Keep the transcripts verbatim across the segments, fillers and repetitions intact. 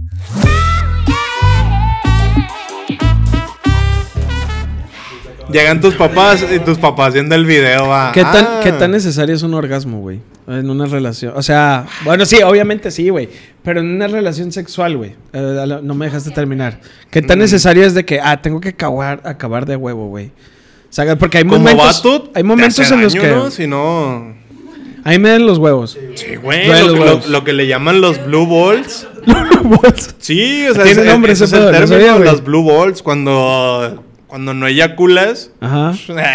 Llegan tus papás y tus papás viendo el video, va. ¿Qué tan, ah. ¿qué tan necesario es un orgasmo, güey? En una relación. O sea, bueno, sí, obviamente sí, güey. Pero en una relación sexual, güey. Eh, no me dejaste terminar. ¿Qué tan mm. necesario es de que, ah, tengo que acabar, acabar de huevo, güey? O sea, porque hay momentos. Vato, hay momentos en los daño, que. ¿no? Si no. Ahí me dan los huevos. Sí, güey. Lo, lo, lo que le llaman los blue balls. ¿Blue balls? Sí, o sea, tiene es, nombre ese ese es el pedo, término, no sabía, las blue balls. Cuando. Cuando no eyaculas. Ajá.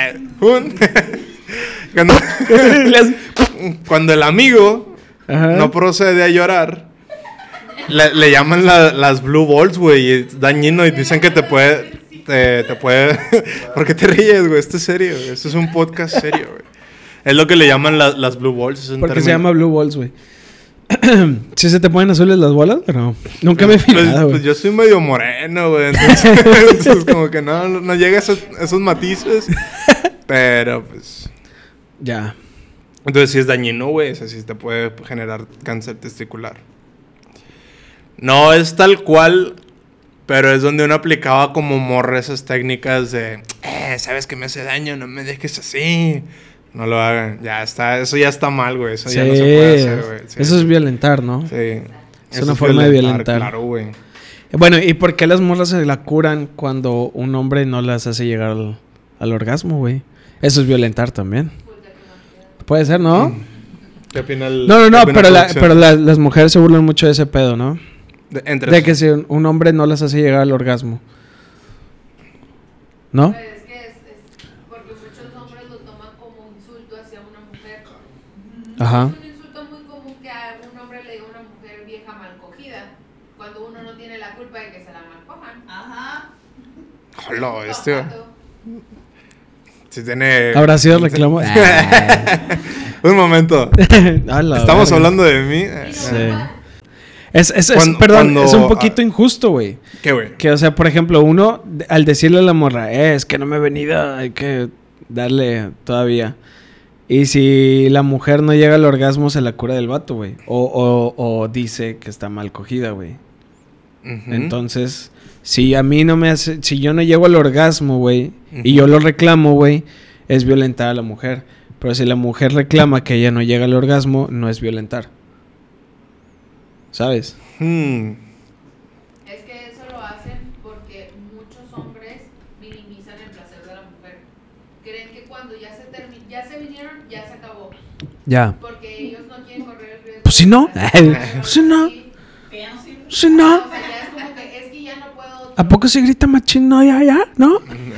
cuando, cuando el amigo Ajá. no procede a llorar, le, le llaman la, las blue balls, güey. Y es dañino y dicen que te puede. Te, te puede. ¿Por qué te ríes, güey? Esto es serio. Esto es un podcast serio, güey. Es lo que le llaman la, las blue balls. Es un Porque término. se llama blue balls, güey. ¿Sí se te ponen azules las bolas? Pero nunca me he fijado, pues, pues yo soy medio moreno, güey. Entonces, entonces como que no, no llega a esos, esos matices. Pero pues... Ya. Entonces sí es dañino, güey. O sea, sí te puede generar cáncer testicular. No es tal cual, pero es donde uno aplicaba como morra esas técnicas de... Eh, ¿sabes que me hace daño? No me dejes así... No lo hagan, ya está, eso ya está mal, güey, eso sí, ya no se puede hacer, güey. Sí. Eso es violentar, ¿no? Sí. Es eso una es forma violentar, de violentar. Claro, güey. Bueno, ¿y por qué las morras se la curan cuando un hombre no las hace llegar al, al orgasmo, güey? Eso es violentar también. Puede ser, ¿no? ¿Qué opina el, No, no, no, pero, la, pero la, las mujeres se burlan mucho de ese pedo, ¿no? De, entre de que si un, un hombre no las hace llegar al orgasmo. ¿No? Ajá. Es un insulto muy común que a un hombre le diga a una mujer vieja mal cogida, cuando uno no tiene la culpa de que se la mal cojan. Ajá. Hola, este. Si tiene. ¿Habrá sido reclamo? Un momento. Estamos verga. hablando de mí. Sí. Es, es, es, cuando, perdón, cuando, es un poquito uh, injusto, güey. ¿Qué, güey? Que, o sea, por ejemplo, uno, al decirle a la morra, eh, es que no me he venido, hay que darle todavía. Y si la mujer no llega al orgasmo, se la cura del vato, güey. O, o, o dice que está mal cogida, güey. Uh-huh. Entonces, si a mí no me hace... Si yo no llego al orgasmo, güey, uh-huh. y yo lo reclamo, güey, es violentar a la mujer. Pero si la mujer reclama que ella no llega al orgasmo, no es violentar. ¿Sabes? Hmm. Es que eso lo hacen porque muchos hombres minimizan el placer de la mujer. Creen que cuando ya se termi- ya se vinieron, ya se acabó. Ya. Porque ellos no quieren correr el riesgo. Pues si no. Pues si no. Pues si no. O sea, ya es como que es que ya no puedo. ¿A poco se grita machín? No, ya, ya, ¿no?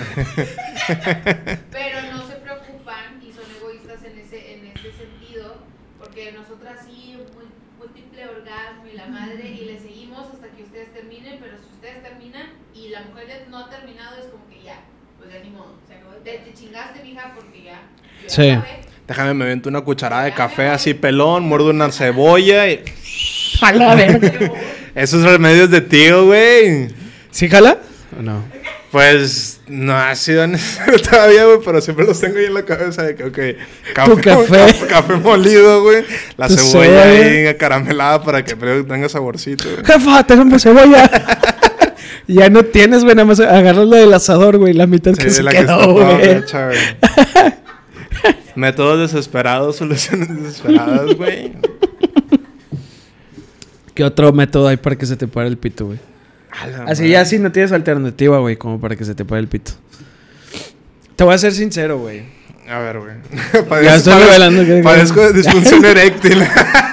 Pero no se preocupan y son egoístas en ese, en ese sentido. Porque nosotras sí, muy, múltiple orgasmo y la madre, y le seguimos hasta que ustedes terminen. Pero si ustedes terminan y la mujer ya no ha terminado, es como que ya, pues ya ni modo. O sea, te, te chingaste, mija, porque ya. Sí. Déjame, me avento una cucharada de café así pelón, muerdo una cebolla y... A la verga. Esos remedios de tío, güey. ¿Sí jala o no? Pues no ha sido necesario todavía, güey, pero siempre los tengo ahí en la cabeza de que, ok, café, café? café, café molido, güey, la Tu cebolla cebolla. ahí acaramelada para que tenga saborcito, güey. Jefa, tenemos cebolla. Ya no tienes, güey, nada más agarras la del asador, güey, la mitad Sí, que se la quedó, que está güey. hecha, güey. Métodos desesperados, soluciones desesperadas, güey. ¿Qué otro método hay para que se te pare el pito, güey? Así ya sí no tienes alternativa, güey, como para que se te pare el pito. Te voy a ser sincero, güey. A ver, güey. Ya estoy revelando que... Padezco de disfunción eréctil.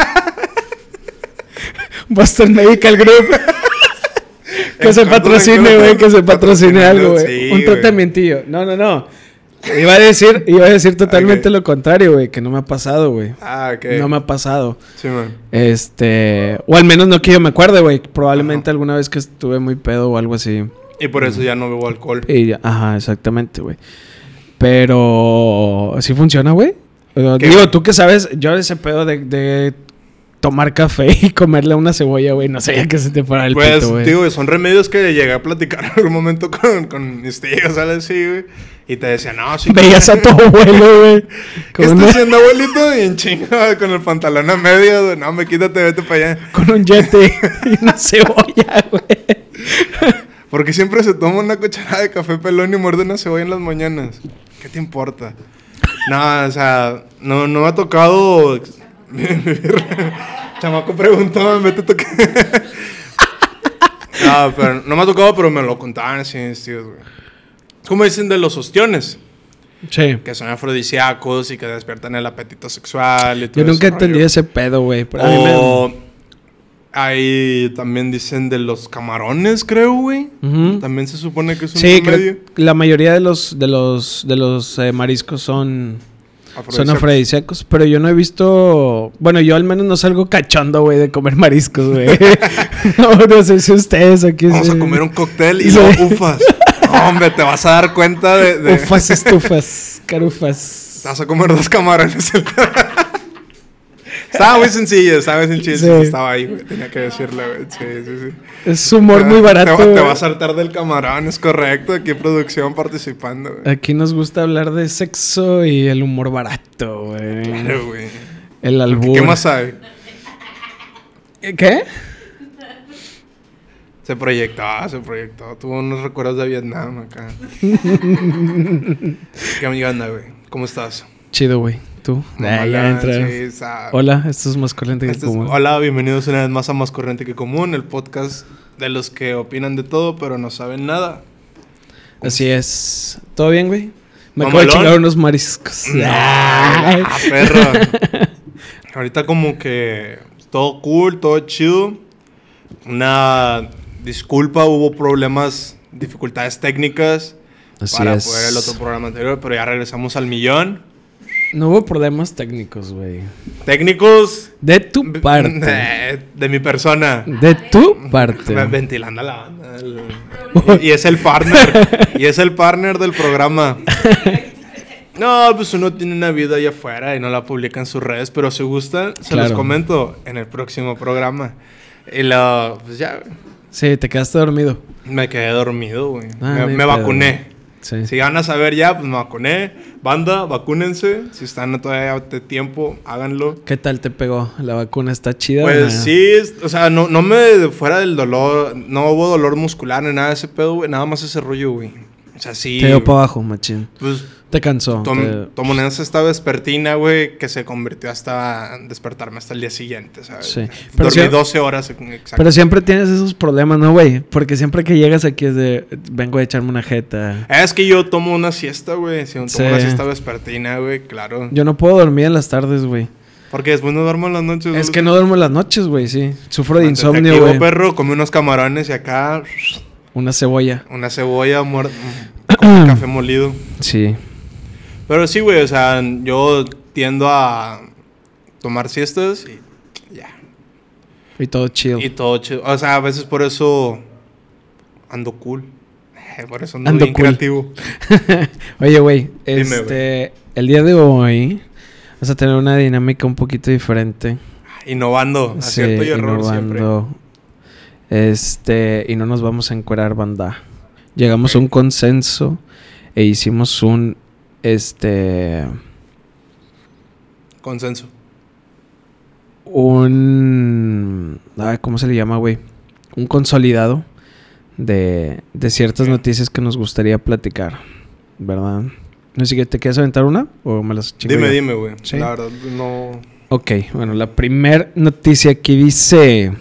Boston Medical Group. Que se patrocine, güey, que se patrocine algo, güey. Sí, un tratamientillo. No, no, no. Iba a decir, iba a decir totalmente okay. lo contrario, güey, que no me ha pasado, güey. Ah, ok. No me ha pasado. Sí, man. Este, o al menos no que yo me acuerde, güey. Probablemente ajá. alguna vez que estuve muy pedo o algo así. Y por eso ya no bebo alcohol. Y ya, ajá, exactamente, güey. Pero, ¿sí funciona, güey? Digo, tú que sabes, yo ese pedo de, de tomar café y comerle una cebolla, güey. No sabía que se te fuera el pues, pito, güey. Digo, son remedios que llegué a platicar en algún momento con, con mis tíos, ¿sabes? Así, güey. Y te decían, no, sí. Veías a tu abuelo, güey. ¿Qué estás haciendo, abuelito? Y en chinga, con el pantalón a medio, güey. No, me quítate, vete para allá. Con un yete y una cebolla, güey. Porque siempre se toma una cucharada de café pelón y muerde una cebolla en las mañanas. ¿Qué te importa? No, o sea, no, no me ha tocado... Chamaco preguntó, me te toqué. No, pero no me ha tocado, pero me lo contaban así mis tíos, güey. ¿Cómo dicen de los ostiones? Sí. Que son afrodisíacos y que despiertan el apetito sexual y todo. Yo nunca entendí ese pedo, güey. O... Me... Ahí también dicen de los camarones, creo, güey. Uh-huh. También se supone que es un sí, remedio. Sí, la mayoría de los de los de los eh, mariscos son afrodisíacos. Son afrodisíacos, pero yo no he visto, bueno, yo al menos no salgo cachondo, güey, de comer mariscos, güey. no, no sé si ustedes aquí vamos se... a comer un cóctel y luego ufas. No, hombre, te vas a dar cuenta de, de... ufas, estufas, carufas. Te vas a comer dos camarones. Estaba muy sencillo, estaba muy sencillo. Sí. Estaba ahí, güey. Tenía que decirlo, güey. Sí, sí, sí. Es humor muy barato. Te, te vas a hartar del camarón, es correcto. Aquí producción participando, güey. Aquí nos gusta hablar de sexo y el humor barato, güey. Claro, güey. El albur. ¿Qué más hay? ¿Qué? Se proyectó, se proyectó. Tuvo unos recuerdos de Vietnam acá. ¿Qué anda, güey? ¿Cómo estás? Chido, güey. ¿Tú? Ah, ya entra. Sí, o sea, hola, esto es Más Corriente que Común. Es, hola, bienvenidos una vez más a Más Corriente que Común, el podcast de los que opinan de todo, pero no saben nada. Así es. ¿Todo bien, güey? Me acabo de chingar unos mariscos. No, ah, perro. Ahorita como que todo cool, todo chido. Una disculpa, hubo problemas, dificultades técnicas. Así para es. Poder el otro programa anterior, pero ya regresamos al millón. No hubo problemas técnicos, güey. ¿Técnicos? De tu parte. De, de mi persona. De tu parte. Ventilando la banda. El, y, y es el partner. y es el partner del programa. No, pues uno tiene una vida allá afuera y no la publica en sus redes, pero si gustan, se claro. los comento en el próximo programa. Y lo, pues ya. Sí, te quedaste dormido. Me quedé dormido, güey. Ah, me me vacuné. Sí. Si van a saber ya, pues me vacuné. Banda, vacúnense. Si están todavía de tiempo, háganlo. ¿Qué tal te pegó? ¿La vacuna está chida? Pues no? Sí, o sea, no, no me fuera del dolor. No hubo dolor muscular ni nada de ese pedo, güey. Nada más ese rollo, güey. O sea, sí. Te dio para abajo, machín. Pues te cansó. Tom, te... Tomé esta vespertina, güey, que se convirtió hasta despertarme hasta el día siguiente, ¿sabes? Sí. Pero Dormí si... doce horas exacto. Pero siempre tienes esos problemas, ¿no, güey? Porque siempre que llegas aquí es de... Vengo a echarme una jeta. Es que yo tomo una siesta, güey. Si tomo sí. una siesta vespertina, güey, claro. Yo no puedo dormir en las tardes, güey. Porque después no duermo en las noches. Es que no duermo en las noches, güey, sí. Sufro de insomnio, güey. Perro, comí unos camarones y acá... Una cebolla. Una cebolla muerta... con café molido. Sí. Pero sí, güey, o sea, yo tiendo a tomar siestas y ya. Y todo chill. Y todo chill. O sea, a veces por eso ando cool. Por eso ando, ando bien cool. creativo. Oye, güey, este... Dime, el día de hoy vas a tener una dinámica un poquito diferente. Innovando, acierto sí, y error innovando. Siempre. Este... Y no nos vamos a encuerar, banda. Llegamos okay. a un consenso e hicimos un... Este... Consenso. Un... Ay, ¿cómo se le llama, güey? Un consolidado de, de ciertas okay. noticias que nos gustaría platicar, ¿verdad? No sé si te quieres aventar una o me las chingo. Dime, yo? dime, güey. ¿Sí? La verdad, no... Ok, bueno, la primer noticia aquí dice...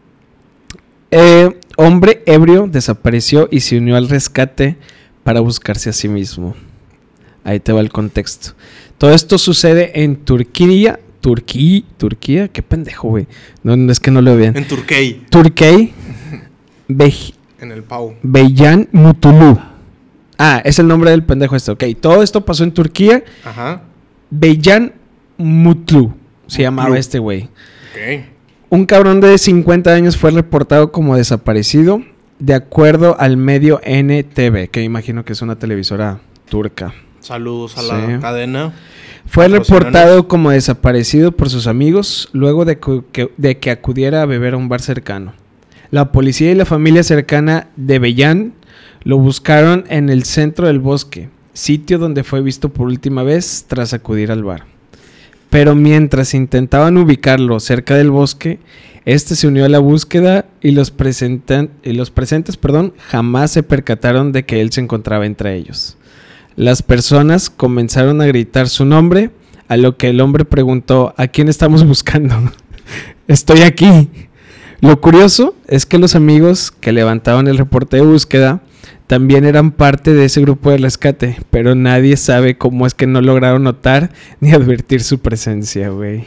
Eh, hombre ebrio desapareció y se unió al rescate para buscarse a sí mismo. Ahí te va el contexto. Todo esto sucede en Turquía. Turquía, Turquía, qué pendejo, güey. No, no, es que no leo bien. En Turquía. Turquía. Be- en el Pau. Beyhan Mutlu. Ah, es el nombre del pendejo este. Ok, todo esto pasó en Turquía. Ajá. Beyhan Mutlu se llamaba este güey. Ok. Un cabrón de cincuenta años fue reportado como desaparecido, de acuerdo al medio N T V, que imagino que es una televisora turca. Saludos a sí. la cadena. Fue reportado como desaparecido por sus amigos luego de que, de que acudiera a beber a un bar cercano. La policía y la familia cercana de Bellán lo buscaron en el centro del bosque, sitio donde fue visto por última vez tras acudir al bar. Pero mientras intentaban ubicarlo cerca del bosque, este se unió a la búsqueda y los, presentan, y los presentes perdón, jamás se percataron de que él se encontraba entre ellos. Las personas comenzaron a gritar su nombre, a lo que el hombre preguntó: ¿a quién estamos buscando? Estoy aquí. Lo curioso es que los amigos que levantaban el reporte de búsqueda también eran parte de ese grupo de rescate, pero nadie sabe cómo es que no lograron notar ni advertir su presencia, güey.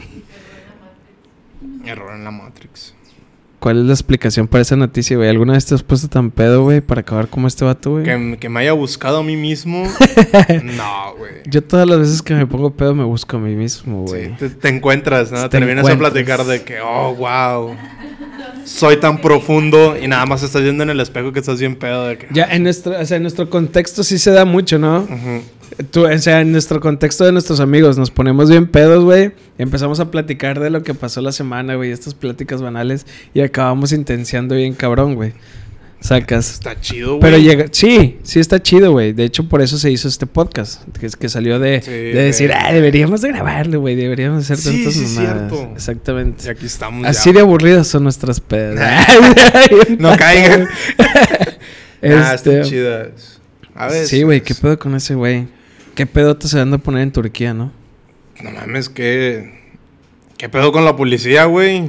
Error en la Matrix. ¿Cuál es la explicación para esa noticia, güey? ¿Alguna vez te has puesto tan pedo, güey, para acabar como este vato, güey? Que, que me haya buscado a mí mismo. No, güey. Yo todas las veces que me pongo pedo me busco a mí mismo, güey. Sí, te, te encuentras, ¿no? Te Terminas a platicar de que, oh, wow. Soy tan profundo y nada más estás viendo en el espejo que estás bien pedo. De que, ya, en nuestro, o sea, en nuestro contexto sí se da mucho, ¿no? Uh-huh. Tú, o sea, en nuestro contexto de nuestros amigos nos ponemos bien pedos, güey. Empezamos a platicar de lo que pasó la semana, güey. Estas pláticas banales. Y acabamos intenciando bien cabrón, güey. Sacas. Está chido, güey. Pero llega... Sí, sí está chido, güey. De hecho, por eso se hizo este podcast. Que, que salió de, sí, de decir, de... ah, deberíamos de grabarlo, güey. Deberíamos hacer sí, tantas sí, mamadas. Cierto. Exactamente. Y aquí estamos Así ya. de aburridas son nuestras pedas. No caigan. este... Ah, están chidas. A ver. Sí, güey. ¿Qué pedo con ese güey? ¿Qué pedote se van a poner en Turquía, no? No mames, ¿qué... ¿Qué pedo con la policía, güey?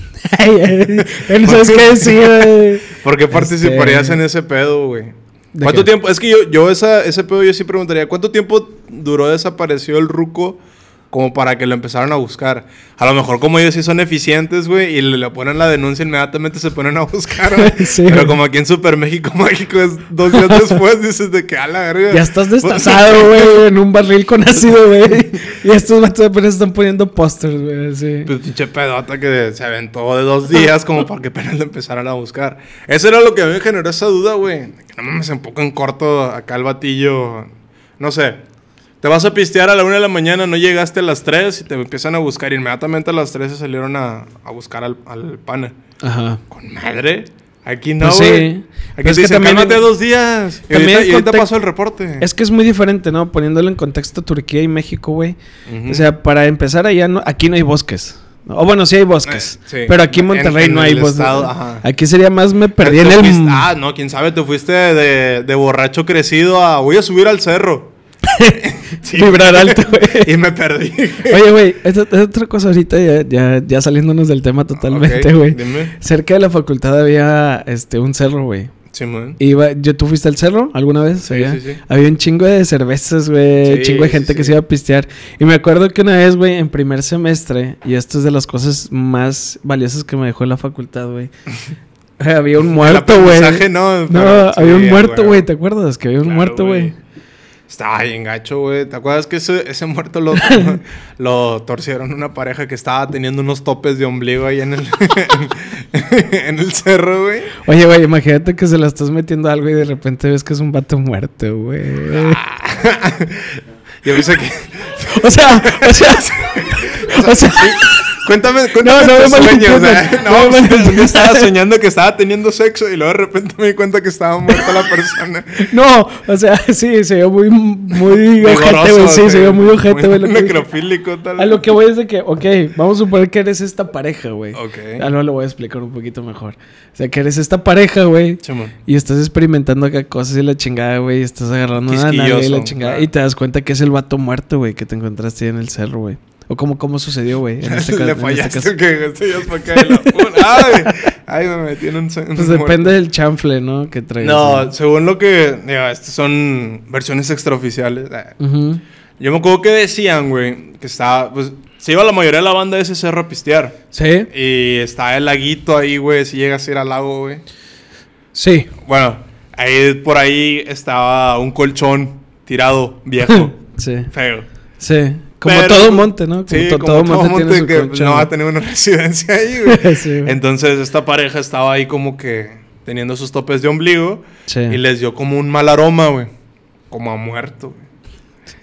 No sabes qué decir, güey. ¿Por qué participarías este... en ese pedo, güey? ¿Cuánto qué? tiempo? Es que yo, yo esa, ese pedo yo sí preguntaría, ¿cuánto tiempo duró desaparecido el ruco como para que lo empezaran a buscar? A lo mejor como ellos sí son eficientes, güey, y le, le ponen la denuncia, inmediatamente se ponen a buscar, güey. Sí, pero como aquí en Super México Mágico es dos días después, dices de que a la verga. Ya estás destazado, güey, en un barril con ácido, güey. Y estos vatos apenas están poniendo pósters, güey, así. Pues pinche pedota que se aventó de dos días como para que apenas le empezaran a buscar. Eso era lo que a mí me generó esa duda, güey. Que no mames, un poco en corto acá el batillo. No sé. Te vas a pistear a la una de la mañana, no llegaste a las tres y te empiezan a buscar. Inmediatamente a las tres se salieron a, a buscar al, al pana. Ajá. Con madre. Aquí no, güey. Pues sí. Aquí te dicen, cálmate dos días. Y ahorita, y ahorita pasó el reporte. Es que es muy diferente, ¿no? Poniéndolo en contexto Turquía y México, güey. Uh-huh. O sea, para empezar allá, no, aquí no hay bosques. O bueno, sí hay bosques. Eh, sí. Pero aquí en Monterrey en, en no hay bosques. Estado, ajá. Aquí sería más me perdí en el... Fuiste, ah, no, quién sabe, te fuiste de, de borracho crecido a voy a subir al cerro. Sí, vibrar alto, güey. Y me perdí. Oye, güey, es, es otra cosa ahorita, ya, ya, ya saliéndonos del tema totalmente, güey. Okay, cerca de la facultad había este un cerro, güey. Sí, man. Iba, ¿yo, ¿Tú fuiste al cerro alguna vez? Sí, sí, sí. Había un chingo de cervezas, güey. Sí, chingo de gente sí, que sí. se iba a pistear. Y me acuerdo que una vez, güey, en primer semestre, y esto es de las cosas más valiosas que me dejó en la facultad, güey. Había un muerto, güey. No, no sí, había un muerto, güey. ¿Te acuerdas? Que había un claro, muerto, güey. Estaba bien gacho, güey. ¿Te acuerdas que ese, ese muerto lo, lo torcieron una pareja que estaba teniendo unos topes de ombligo ahí en el, en, en el cerro, güey? Oye, güey, imagínate que se la estás metiendo algo y de repente ves que es un vato muerto, güey. Yo pensé que... o sea, o sea... o sea... Sí. Cuéntame, cuéntame no, no tus sueños. O sea, no, no, yo estaba soñando que estaba teniendo sexo y luego de repente me di cuenta que estaba muerta la persona. No, o sea, sí, se vio muy, muy ojete, güey. Sí, se vio muy ojete, güey. Necrofílico, tal. A lo que voy es de que, ok, vamos a suponer que eres esta pareja, güey. Ok. Ah, no, lo voy a explicar un poquito mejor. O sea, que eres esta pareja, güey. Y estás experimentando acá cosas y la chingada, güey. Y estás agarrando una nave y la chingada. Claro. Y te das cuenta que es el vato muerto, güey, que te encontraste ahí en el cerro, güey. ¿O cómo, cómo sucedió, güey? En este caso. Le fallaste este que estoy para acá de la puna. ¡Ay! ¡Ay, me metí en un... Pues depende muerto. Del chanfle, ¿no? Que traigas. No, ¿no? Según lo que... Digo, estas son versiones extraoficiales. Uh-huh. Yo me acuerdo que decían, güey, que estaba... Pues se iba la mayoría de la banda de ese cerro a pistear. ¿Sí? Y estaba el laguito ahí, güey, si llegas a ir al lago, güey. Sí. Bueno, ahí por ahí estaba un colchón tirado, viejo. Sí. Feo. Sí. Como pero, todo monte, ¿no? Como sí, to- como todo, todo monte, monte tiene que su colchón, no va a tener una residencia ahí, güey. Sí, güey. Entonces, esta pareja estaba ahí como que teniendo sus topes de ombligo. Sí. Y les dio como un mal aroma, güey. Como a muerto, güey.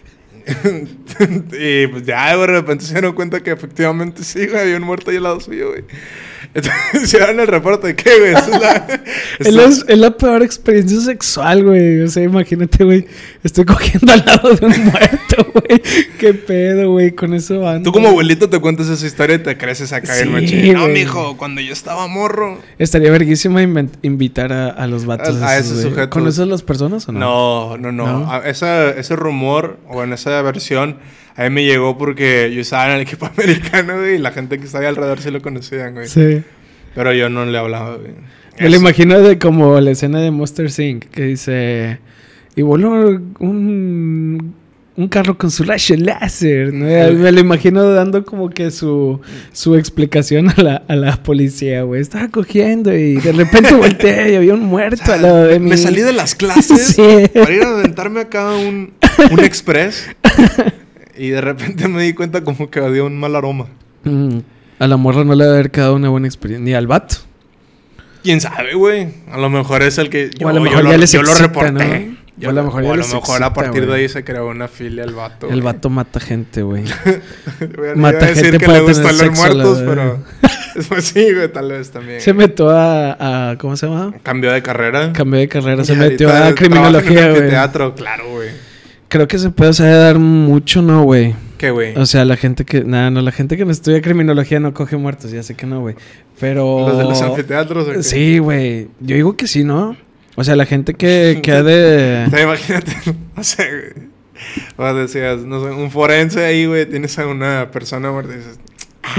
Y pues ya, güey, de repente se dieron cuenta que efectivamente sí, güey, había un muerto ahí al lado suyo, güey. Entonces se dan el reporte de qué, güey. Es la, es, la, es la peor experiencia sexual, güey. O sea, imagínate, güey. Estoy cogiendo al lado de un muerto, güey. Qué pedo, güey. Con eso van. Tú como abuelito te cuentas esa historia y te creces acá sí, el machín. No, mijo, cuando yo estaba morro. Estaría verguísima invitar a, a los vatos. A, a ese sujeto. ¿Conoces las personas o no? No, no, no. ¿No? A esa, ese rumor o en esa versión a mí me llegó porque yo estaba en el equipo americano, güey, y la gente que estaba alrededor sí lo conocían, güey. Sí. Pero yo no le hablaba, güey. Me lo imagino de como la escena de Monster incorporated que dice... Y voló un, un carro con su rayo láser, ¿no? Me lo imagino dando como que su, su explicación a la, a la policía, güey. Estaba cogiendo y de repente volteé y había un muerto, o sea, al lado de mí. Me salí de las clases sí. para ir a aventarme acá un, un express y de repente me di cuenta como que había un mal aroma. Mm. A la morra no le va a haber quedado una buena experiencia. Ni al vato. ¿Quién sabe, güey? A lo mejor es el que... Yo, o a lo mejor yo ya lo, les yo excita, lo reporté. ¿no? Yo, o a lo mejor, o ya a, lo les mejor excita, a partir wey. de ahí se creó una filia al vato. El wey. vato mata gente, güey. Mata a decir gente que le gustan los muertos, pero... Pues sí, güey, tal vez también. Se metió a, a... ¿Cómo se llama? Cambió de carrera. Cambió de carrera. Y se metió a criminología, güey. Teatro, claro, güey. Creo que se puede saber dar mucho, ¿no, güey? ¿Qué, güey? O sea, la gente que... Nada, no, la gente que no estudia criminología no coge muertos. Ya sé que no, güey. Pero... ¿Los de los anfiteatros o qué? Sí, güey. Yo digo que sí, ¿no? O sea, la gente que, que ha de... O sea, imagínate, no sé, güey. O decías, no sé, un forense ahí, güey. Tienes a una persona muerta y dices...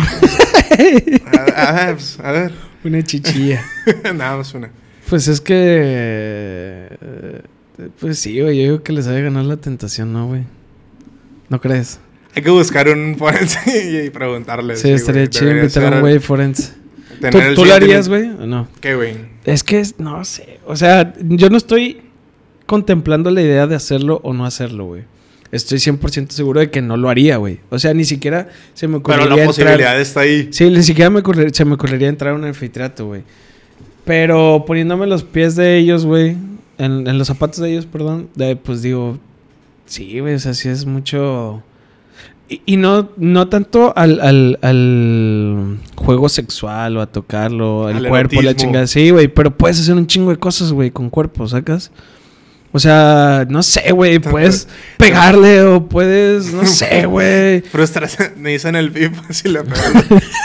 a, a, ver, pues, a ver. Una chichilla. Nada más una. Pues es que... Pues sí, güey. Yo digo que les ha de ganar la tentación, ¿no, güey? ¿No crees? Hay que buscar un forense y preguntarle. Sí, sí estaría güey. chido invitar a un güey forense. ¿Tú, ¿tú lo harías, güey? ¿O no? ¿Qué, güey? Es que, no sé. O sea, yo no estoy contemplando la idea de hacerlo o no hacerlo, güey. Estoy cien por ciento seguro de que no lo haría, güey. O sea, ni siquiera se me ocurriría Pero la posibilidad entrar... está ahí. Sí, ni siquiera me ocurrir... se me ocurriría entrar a un anfiteatro, güey. Pero poniéndome los pies de ellos, güey... En, en los zapatos de ellos, perdón... De, pues digo... Sí, güey, o sea, sí es mucho... Y, y no, no tanto al, al, al juego sexual o a tocarlo, el cuerpo, la chingada. Sí, güey, pero puedes hacer un chingo de cosas, güey, con cuerpo, ¿sacas? O sea, no sé, güey, puedes pegarle o puedes, no sé, güey. Frustración, me dicen el FIFA si le pegan.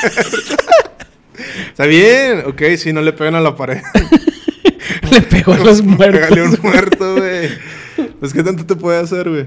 Está bien, ok, si no le pegan a la pared. Le pegó a los muertos. Pégale a un muerto, güey. Pues, ¿qué tanto te puede hacer, güey?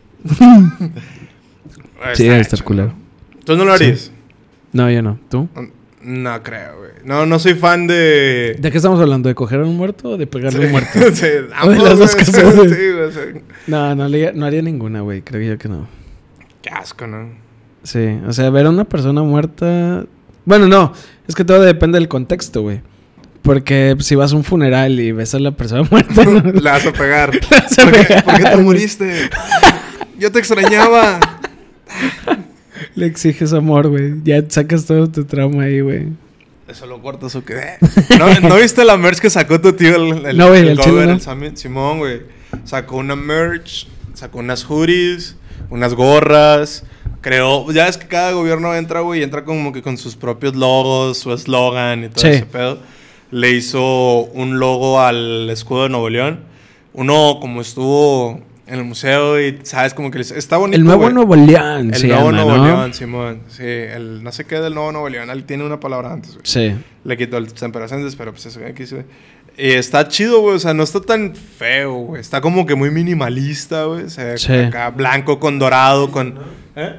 Sí, debe estar culero. ¿Tú no lo harías? Sí. No, yo no. ¿Tú? No creo, güey. No, no soy fan de... ¿De qué estamos hablando? ¿De coger a un muerto o de pegarle sí. a un muerto? Sí, ambos, de las dos cosas. Sí, güey. O sea. No, no, le, no haría ninguna, güey. Creo yo que no. Qué asco, ¿no? Sí, o sea, ver a una persona muerta... Bueno, no. Es que todo depende del contexto, güey. Porque si vas a un funeral y ves a la persona muerta... No, le vas a pegar. Le vas a ¿Por, pegar. Qué, ¿Por qué te moriste? Yo te extrañaba. Le exiges amor, güey. Ya sacas todo tu trauma ahí, güey. Eso lo cortas o qué. ¿No, ¿No viste la merch que sacó tu tío? El, el, no, güey, el, el chile, ¿no? el Sammy, Simón, güey. Sacó una merch, sacó unas hoodies, unas gorras. Creó... Ya es que cada gobierno entra, güey, y entra como que con sus propios logos, su eslogan y todo sí. ese pedo. Le hizo un logo al escudo de Nuevo León. Uno como estuvo... en el museo y, ¿sabes? Como que está bonito, el nuevo güey. Nuevo León, El se nuevo llama, Nuevo ¿no? León, Simón. Sí, el no sé qué del nuevo Nuevo León. Él tiene una palabra antes, güey. Sí. Le quitó el temperacentes, pero pues eso aquí se ve. Y está chido, güey. O sea, no está tan feo, güey. Está como que muy minimalista, güey. O sea, sí. acá blanco con dorado, con... ¿Eh?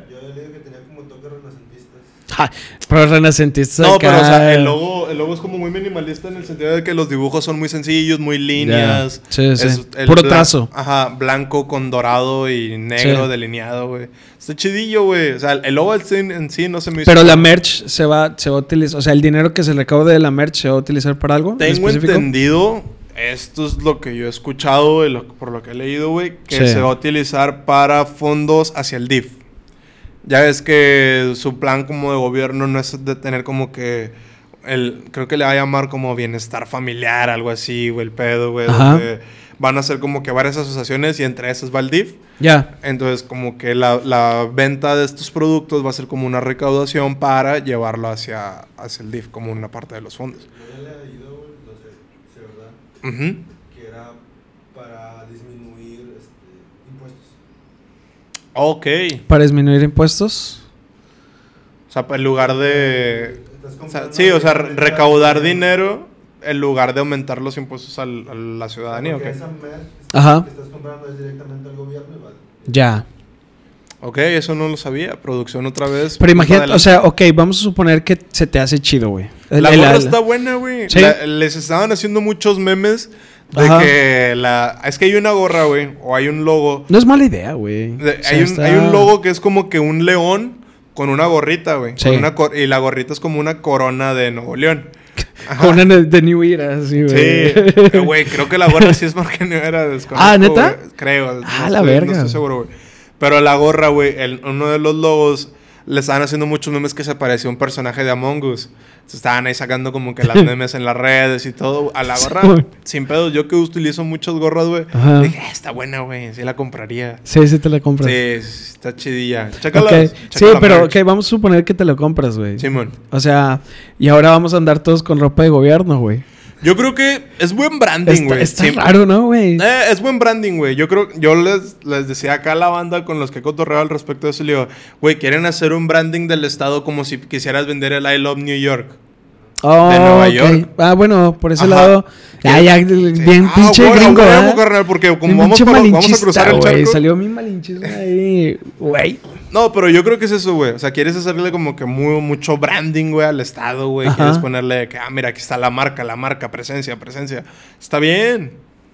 Ja, pero renacentistas No, acá... pero o sea, el logo, el logo es como muy minimalista en el sentido de que los dibujos son muy sencillos, muy líneas. Yeah. Sí, es sí. Puro blan- trazo. Ajá, blanco con dorado y negro sí. delineado, güey. Está chidillo, güey. O sea, el logo en sí, en sí no se me hizo... Pero la merch se va, se va a utilizar... O sea, el dinero que se recaude de la merch se va a utilizar para algo Tengo específico. entendido... Esto es lo que yo he escuchado y lo, por lo que he leído, güey. Que sí. se va a utilizar para fondos hacia el D I F. Ya ves que su plan como de gobierno no es de tener como que el, creo que le va a llamar como bienestar familiar, algo así, güey, el pedo, güey, Ajá. donde van a ser como que varias asociaciones y entre esas va el D I F. Ya. Entonces, como que la, la venta de estos productos va a ser como una recaudación para llevarlo hacia, hacia el D I F, como una parte de los fondos. Yo ya le he leído, güey, no sé, si es verdad, Ujú. que era para disminuir este, impuestos. Ok. Para disminuir impuestos. O sea, en lugar de... Estás O sea, comprando sí, o sea, re- directamente recaudar al- dinero en lugar de aumentar los impuestos al- a la ciudadanía, ¿ok? Porque esa merch Ajá. que estás comprando es directamente al gobierno y vale. Ya. Ok, eso no lo sabía. Producción otra vez. Pero imagínate, Adelante. o sea, ok, vamos a suponer que se te hace chido, güey. El- La el- gorra la- está buena, güey. Sí. La- Les estaban haciendo muchos memes de Ajá. que la... Es que hay una gorra, güey, o hay un logo. No es mala idea, güey. De- O sea, hay, un, está- hay un logo que es como que un león con una gorrita, güey. Sí. Con una cor- y la gorrita es como una corona de Nuevo León. Ajá. Con una de, de New Era, así, güey. Sí, Eh, güey, creo que la gorra sí es porque no era desconozco, Ah, ¿neta? güey. Creo. Ah, no la estoy- verga. No estoy seguro, güey. Pero la gorra, güey, el- uno de los logos, le estaban haciendo muchos memes que se parecía a un personaje de Among Us. Entonces, estaban ahí sacando como que las memes en las redes y todo. A la gorra, Sí. sin pedos, yo que utilizo muchas gorras, güey. Ajá. Dije, "Ah, está buena, güey, sí la compraría. Sí, sí te la compras. Sí, sí, está chidilla. Chécala. Ok. checa Sí, la pero merch. ok, vamos a suponer que te lo compras, güey. Simón. O sea, y ahora vamos a andar todos con ropa de gobierno, güey. Yo creo que es buen branding, Está, güey. está Sí. raro, ¿no, güey? Eh, es buen branding, güey. Yo creo, yo les, les decía acá a la banda con los que he cotorreado al respecto de eso, le digo, güey, quieren hacer un branding del estado como si quisieras vender el I Love New York. Oh, de Nueva ok. York. Ah, bueno, por ese Ajá. lado. Ya, ya, Sí. bien Ah, pinche bueno, gringo, huevo, ¿verdad? carnal, porque como Bien vamos, pinche para- vamos a malinchista, cruzar el güey. charco. Salió mi malinchismo ahí, güey. No, pero yo creo que es eso, güey. O sea, quieres hacerle como que muy, mucho branding, güey, al estado, güey. Ajá. Quieres ponerle que, ah, mira, aquí está la marca, la marca, presencia, presencia. Está bien.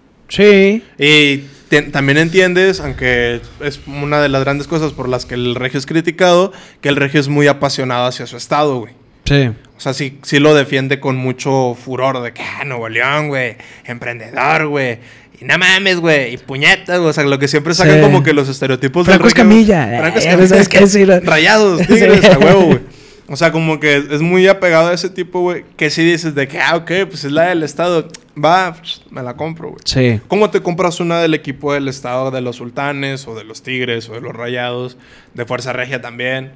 Sí. Y te- también entiendes, aunque es una de las grandes cosas por las que el regio es criticado, que el regio es muy apasionado hacia su estado, güey. Sí. O sea, sí, sí lo defiende con mucho furor de que, ah, Nuevo León, güey, emprendedor, güey. Y no mames, güey, y puñetas, güey. O sea, lo que siempre sacan Sí. como que los estereotipos Franco regio- Escamilla. Franco Eh, Escamilla. ¿sabes qué decir? Rayados, Sí. tigres, a huevo, güey. O sea, como que es muy apegado a ese tipo, güey. Que si dices de que, ah, ok, pues es la del estado. Va, pues, me la compro, güey. Sí. ¿Cómo te compras una del equipo del estado de los sultanes, o de los tigres, o de los rayados? De Fuerza Regia también.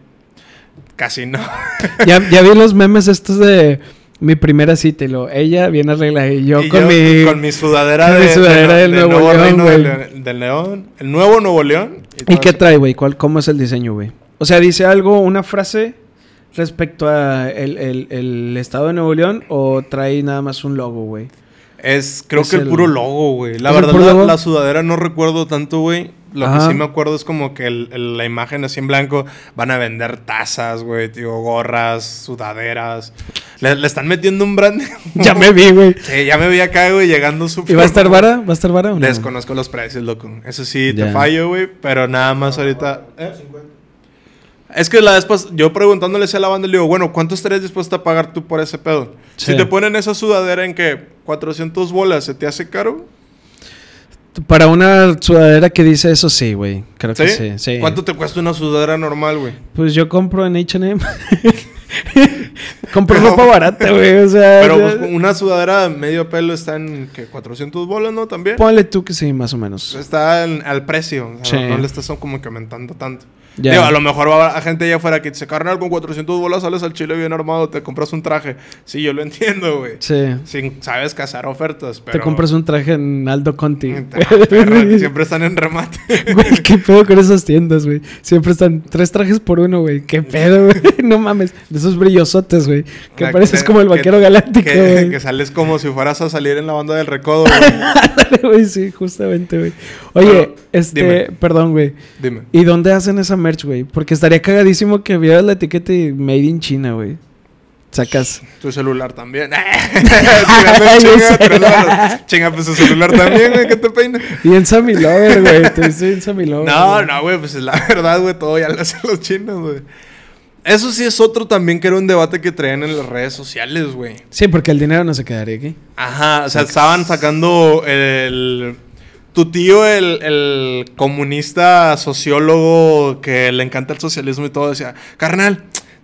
Casi no. Ya, ya vi los memes estos de mi primera cita y lo, ella bien arreglada y yo Y con yo mi... con mi sudadera, con mi de, sudadera de- del del Nuevo León, reino güey. del, del León. El nuevo Nuevo León. ¿Y todo qué eso. trae, güey? ¿Cuál- ¿Cómo es el diseño, güey? O sea, ¿dice algo, una frase respecto a el, el- el estado de Nuevo León o trae nada más un logo, güey? Es, creo Es que el, el- puro logo, güey. La ¿Es el verdad, puro la, logo? la sudadera no recuerdo tanto, güey. Lo Ajá. que sí me acuerdo es como que el- el- la imagen así en blanco van a vender tazas, güey, tío, gorras, sudaderas. Le, le están metiendo un brand. Ya me vi, güey. Sí, ya me vi acá, güey, llegando súper. ¿Y va a estar vara? ¿Va a estar vara o no? Desconozco los precios, loco. Eso sí, te Ya. fallo, güey. Pero nada más ahorita. ¿eh? cincuenta. Es que la vez pas- yo preguntándole a la banda, le digo, bueno, ¿cuánto estarías dispuesto a pagar tú por ese pedo? Sí. Si te ponen esa sudadera en que cuatrocientos bolas, ¿se te hace caro? Para una sudadera que dice eso, sí, güey. Creo ¿Sí? que sí, sí. ¿Cuánto te cuesta una sudadera normal, güey? Pues yo compro en H and M. Compro Pero- ropa barata, güey. O sea, Pero ya- pues, una sudadera medio pelo está en, ¿qué? cuatrocientos bolas, ¿no? También. ponle tú que sí, más o menos. Está en- al precio. O sea, Sí. no le estás como que aumentando tanto. Ya. Digo, a lo mejor va a haber gente allá afuera que dice, carnal, con cuatrocientos bolas sales al chile bien armado, te compras un traje. Sí, yo lo entiendo, güey. Sí. Sin, sabes cazar ofertas, pero... Te compras un traje en Aldo Conti. Ah, perro, que siempre están en remate. Güey, qué pedo con esas tiendas, güey. Siempre están tres trajes por uno, güey. Qué pedo, güey. No mames. De esos brillosotes, güey. Que La- pareces que- como el que- vaquero galáctico, Que, güey. que sales como si fueras a salir en la banda del recodo, güey. Ándale, güey, sí, justamente, güey. Oye, Pero, este, dime. perdón, güey. Dime. ¿Y dónde hacen esa merch, güey? Porque estaría cagadísimo que vieras la etiqueta y Made in China, güey. Sacas. Tu celular también. chinga, chinga, chinga, chinga, pues su celular también, güey, que te peina. Y en Sammy Lover, güey. Te estoy en Sammy Lover. No, güey. no, güey, pues es la verdad, güey, todo ya lo hacen los chinos, güey. Eso sí es otro también que era un debate que traían en las redes sociales, güey. Sí, porque el dinero no se quedaría aquí. Ajá, o sea, estaban sacando el... Tu tío, el, el comunista sociólogo que le encanta el socialismo y todo, decía, carnal,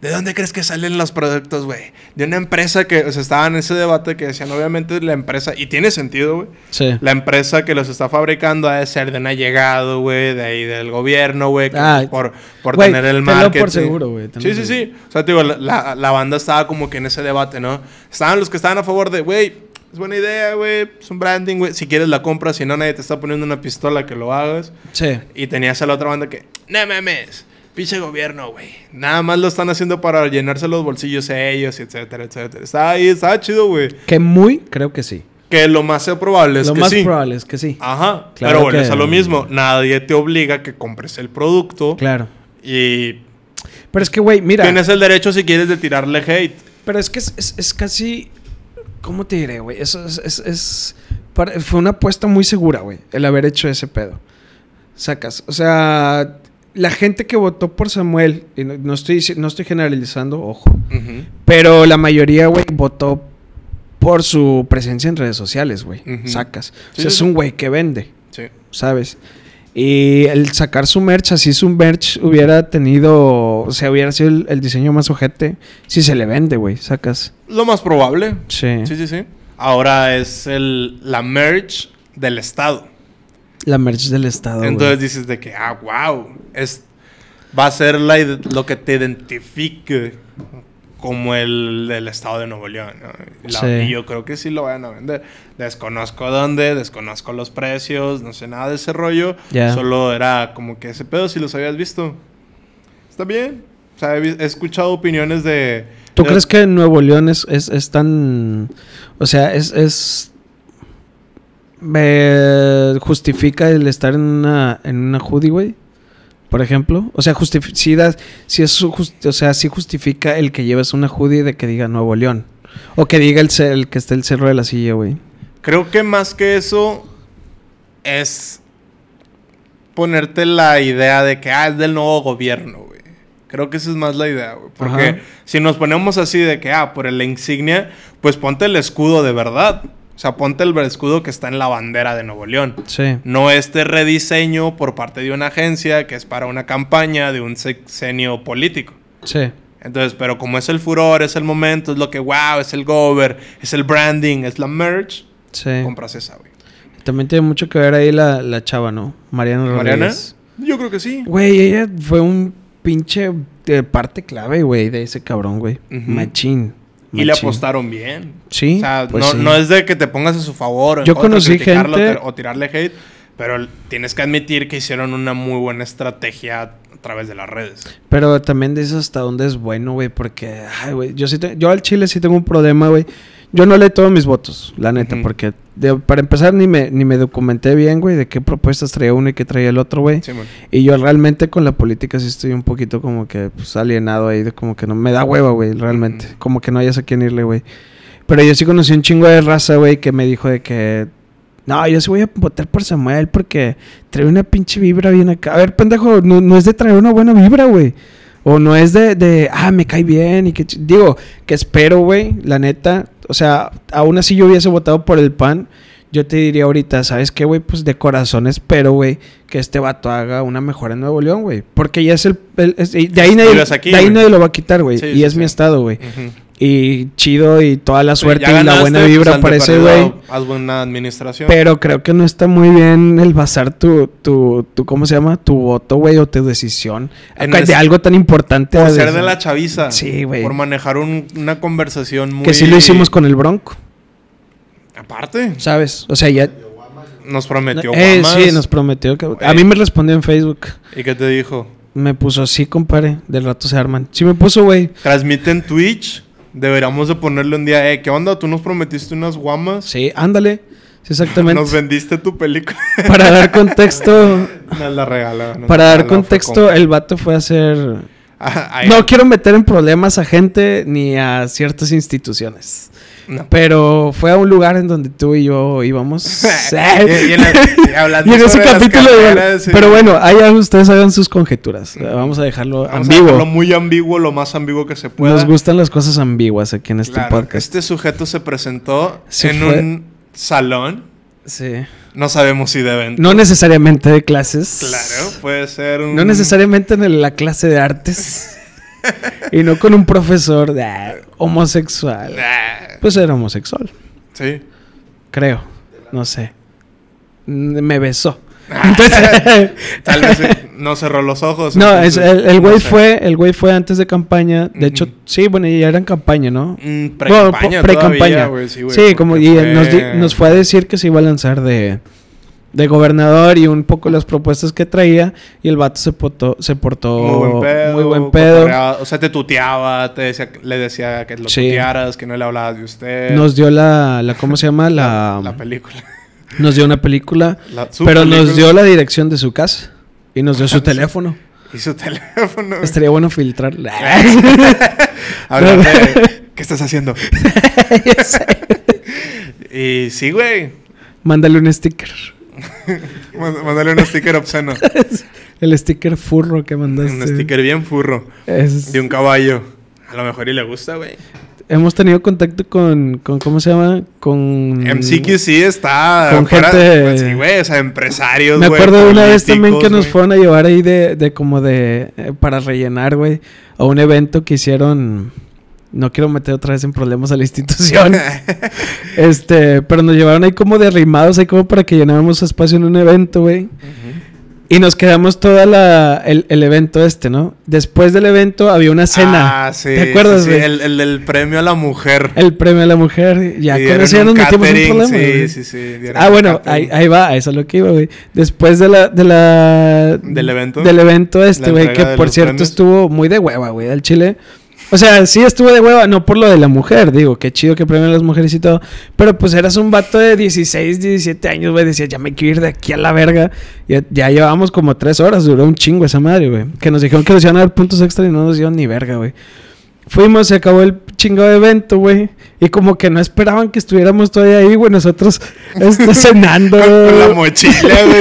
¿de dónde crees que salen los productos, güey? De una empresa que, o sea, estaba en ese debate que decían, obviamente, la empresa, y tiene sentido, güey. Sí. La empresa que los está fabricando ha de ser de un allegado, güey, de ahí del gobierno, güey, Ah, por, por güey, tener el tenlo marketing. por seguro, güey, tenlo Sí, sí, por sí. O sea, te digo, la, la, la banda estaba como que en ese debate, ¿no? Estaban los que estaban a favor de, güey, es buena idea, güey, es un branding, güey. Si quieres la compras, si no, nadie te está poniendo una pistola que lo hagas. Sí. Y tenías a la otra banda que, no mames, pinche gobierno, güey. Nada más lo están haciendo para llenarse los bolsillos ellos, etcétera, etcétera. Estaba ahí, estaba chido, güey. Que muy, creo que sí. Que lo más probable es Lo que más sí. probable es que sí. Ajá. Claro pero bueno, que- es a lo mismo. Nadie te obliga a que compres el producto. Claro. Y Pero es que, güey, mira. tienes el derecho, si quieres, de tirarle hate. Pero es que es, es, es casi... ¿Cómo te diré, güey? Eso es... es, es para- fue una apuesta muy segura, güey. El haber hecho ese pedo. Sacas. O sea... La gente que votó por Samuel... Y no, no estoy, dici- no estoy generalizando, ojo. Ujú. Pero la mayoría, güey, votó por su presencia en redes sociales, güey. Ujú. Sacas. Sí, o sea, sí, es un güey que vende, Sí. ¿sabes? Y el sacar su merch, así su merch hubiera tenido... O sea, hubiera sido el, el diseño más ojete. Si se le vende, güey, sacas. Lo más probable. Sí. Sí, sí, sí. Ahora es el, la merch del Estado. La merch del Estado, güey. Entonces dices de que, ah, wow, es, va a ser la ide- lo que te identifique como el del Estado de Nuevo León, ¿no? La- Sí. Y yo creo que sí lo van a vender. Desconozco dónde, desconozco los precios, no sé nada de ese rollo. Ya. Solo era como que ese pedo, si los habías visto. Está bien. O sea, he, vi- he escuchado opiniones de... ¿Tú de- crees que Nuevo León es, es, es tan... O sea, es... es me justifica el estar en una, en una hoodie, güey? Por ejemplo. O sea, justifi- si, das- si es su justi- o sea, si justifica el que lleves una hoodie de que diga Nuevo León. O que diga el, ce- el que esté el Cerro de la Silla, güey. Creo que más que eso es ponerte la idea de que, ah, es del nuevo gobierno, güey. Creo que esa es más la idea, güey. Porque Ajá. si nos ponemos así de que, ah, por la insignia, pues ponte el escudo de verdad. O sea, ponte el escudo que está en la bandera de Nuevo León. Sí. No este rediseño por parte de una agencia que es para una campaña de un sexenio político. Sí. Entonces, pero como es el furor, es el momento, es lo que, wow, es el gober, es el branding, es la merch, Sí. compras esa, güey. También tiene mucho que ver ahí la, la chava, ¿no? Mariana Rodríguez. ¿Mariana? Yo creo que sí. Güey, ella fue un pinche de parte clave, güey, de ese cabrón, güey. Ujú. Machín. Y le Machín. apostaron bien. Sí. O sea, pues no, sí. no es de que te pongas a su favor. o en Yo contra, conocí criticarlo gente- o tirarle hate, pero tienes que admitir que hicieron una muy buena estrategia a través de las redes. Pero también dices hasta dónde es bueno, güey, porque, ay, güey, yo sí te- yo al Chile sí tengo un problema, güey. Yo no leí todos mis votos, la neta, Ujú. porque de- para empezar ni me, ni me documenté bien, güey, de qué propuestas traía uno y qué traía el otro, güey. Sí, man. Y yo realmente con la política sí estoy un poquito como que pues, alienado ahí, de como que no me da hueva, güey, realmente. Ujú. Como que no hayas a quién irle, güey. Pero yo sí conocí un chingo de raza, güey, que me dijo de que... No, yo sí voy a votar por Samuel porque trae una pinche vibra bien acá. A ver, pendejo, no, no es de traer una buena vibra, güey. O no es de, de, ah, me cae bien y que... ch-". Digo, que espero, güey, la neta. O sea, aún así yo hubiese votado por el P A N. Yo te diría ahorita, ¿sabes qué, güey? Pues de corazón espero, güey, que este vato haga una mejora en Nuevo León, güey. Porque ya es el... el- es- de ahí nadie, Vives aquí, de ahí güey. nadie lo va a quitar, güey. Sí, y sí, es sí. mi estado, güey. Ujú. Y chido y toda la Sí, suerte ya y la ganaste, buena pues, vibra al de para ese perdido, güey. Haz buena administración. Pero creo que no está muy bien el basar tu, tu, tu ¿cómo se llama? Tu voto, güey, o tu decisión. En acá, es- de algo tan importante. por a ser decir. de la chaviza. Sí, güey. Por manejar un- una conversación muy... Que sí lo hicimos con el Bronco, Aparte, ¿sabes? O sea, ya... nos prometió Eh, guamas. sí, nos prometió que... A Güey. mí me respondió en Facebook. ¿Y qué te dijo? Me puso, sí, compadre, del rato se arman. Sí me puso, güey. Transmite en Twitch. Deberíamos de ponerle un día, eh, ¿qué onda? ¿Tú nos prometiste unas guamas? Sí, ándale. Sí, exactamente. Nos vendiste tu película. Para dar contexto... Nos la regalaron. Para dar No, no fue contexto, como- el vato fue a hacer... Ah, ahí- No quiero meter en problemas a gente ni a ciertas instituciones. No. Pero fue a un lugar en donde tú y yo íbamos. y, y en, la- y hablando Y en ese sobre las capítulo, carreras, sí. pero bueno, ahí ya ustedes hagan sus conjeturas. Vamos a dejarlo Vamos a ambiguo. dejarlo muy ambiguo, lo más ambiguo que se pueda. Nos gustan las cosas ambiguas aquí en este Claro, podcast. Este sujeto se presentó Se en fue- un salón. Sí. No sabemos si deben. No necesariamente de clases. Claro, puede ser un... No necesariamente en el- la clase de artes. Y no con un profesor de, ah, homosexual. Ah, Pues era homosexual, sí. creo. No sé. Mm, Me besó. Tal vez eh, no cerró los ojos. No, entonces, es- el el güey no sé. fue, el güey fue antes de campaña. De Ujú. hecho, sí, bueno, ya era en campaña, ¿no? Mm, Bueno, pre-campaña po- todavía, pre-campaña. güey, sí, güey, Sí, como porque y fue- nos, di- nos fue a decir que se iba a lanzar de, de gobernador y un poco las propuestas que traía. Y el vato se portó, se portó Muy buen pedo. muy buen pedo. cotorreaba, O sea, te tuteaba, te decía, le decía que lo Sí. tutearas, que no le hablabas de usted. Nos dio la, la ¿cómo se llama? La, la, la película. nos dio una película, La- su pero película. nos dio la dirección de su casa y nos dio su Sí. teléfono. Y su teléfono. Estaría bueno filtrar. Hablar de... ¿Qué estás haciendo? Y sí, güey. Mándale un sticker. Má- Mándale un sticker obsceno. El sticker furro que mandaste. Un sticker bien furro. Es- De un caballo. A lo mejor y le gusta, güey. Hemos tenido contacto con, con ¿cómo se llama? Con... M C Q C está... Con fuera- gente- pues sí, güey. O sea, empresarios, Me güey, acuerdo de una vez también que políticos, nos güey. fueron a llevar ahí de, de como de... eh, para rellenar, güey. A un evento que hicieron... No quiero meter otra vez en problemas a la institución. este... Pero nos llevaron ahí como de arrimados, ahí como para que llenáramos espacio en un evento, güey. Ujú. Y nos quedamos toda la... El, el evento este, ¿no? Después del evento había una cena. Ah, sí. ¿Te acuerdas, sí, güey? sí, El, el del premio a la mujer. El premio a la mujer. Ya Y con dieron eso ya un nos metimos en catering, problemas, Sí, güey. sí, sí. dieron Ah, un bueno, catering. ahí, ahí va, a eso es lo que iba, güey. Después de la, de la... ¿Del evento? Del evento este, La güey, que entrega de por los cierto premios. estuvo muy de hueva, güey, al Chile. O sea, sí estuvo de hueva, no por lo de la mujer, digo, qué chido que premian a las mujeres y todo. Pero pues eras un vato de dieciséis, diecisiete años, güey, decía, ya me quiero ir de aquí a la verga. Ya, ya llevábamos como tres horas, duró un chingo esa madre, güey. Que nos dijeron que nos iban a dar puntos extra y no nos dieron ni verga, güey. Fuimos, se acabó el chingado evento, güey. Y como que no esperaban que estuviéramos todavía ahí, güey. Nosotros este, cenando. Con la mochila, güey.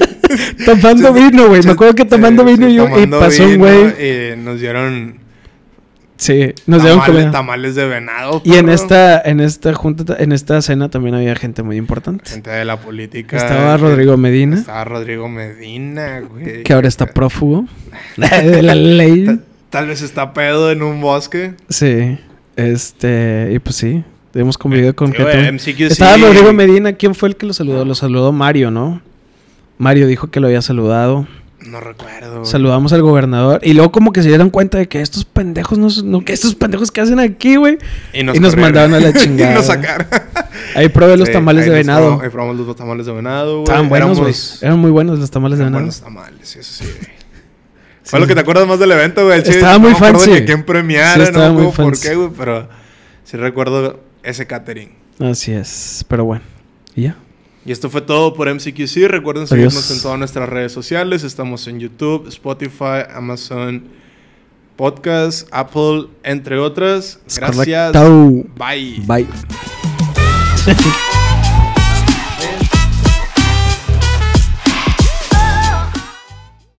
Tomando vino, güey. Me acuerdo que tomando Sí, vino sí, y, y tomando pasó un vino, güey. Y nos dieron... Sí, nos dieron tamales, comida. tamales de venado. Y en perro. esta, en esta junta, en esta cena también había gente muy importante. Gente de la política. Estaba que- Rodrigo Medina, Estaba Rodrigo Medina, güey. que ahora está prófugo de la ley. Ta- Tal vez está pedo en un bosque. Sí, este, y pues sí, hemos convivido con Sí, güey, gente. M C Q C. Estaba Rodrigo Medina, ¿quién fue el que lo saludó? Lo saludó Mario, ¿no? Mario dijo que lo había saludado. No recuerdo. Saludamos al gobernador. Y luego como que se dieron cuenta de que estos pendejos no, no que estos pendejos que hacen aquí, güey. Y nos, y nos corrieron. mandaron a la chingada. Y nos sacaron. Ahí probé los Sí, tamales ahí de nos venado. probamos- Ahí probamos los tamales de venado, güey. Estaban buenos, güey. Éramos- Eran muy buenos los tamales de eran venado. buenos tamales, sí, eso sí, güey. Fue lo que te acuerdas más del evento, güey. El chile, Estaba muy no me acuerdo fancy. ni quién premiara, Sí, no estaba me muy acuerdo por fancy. qué, güey, pero sí recuerdo ese catering. Así es. Pero bueno. ¿Y ya? Y esto fue todo por M C Q C. Recuerden Adiós. seguirnos en todas nuestras redes sociales. Estamos en YouTube, Spotify, Amazon Podcast, Apple, entre otras. Es Gracias. correcto. Bye. Bye.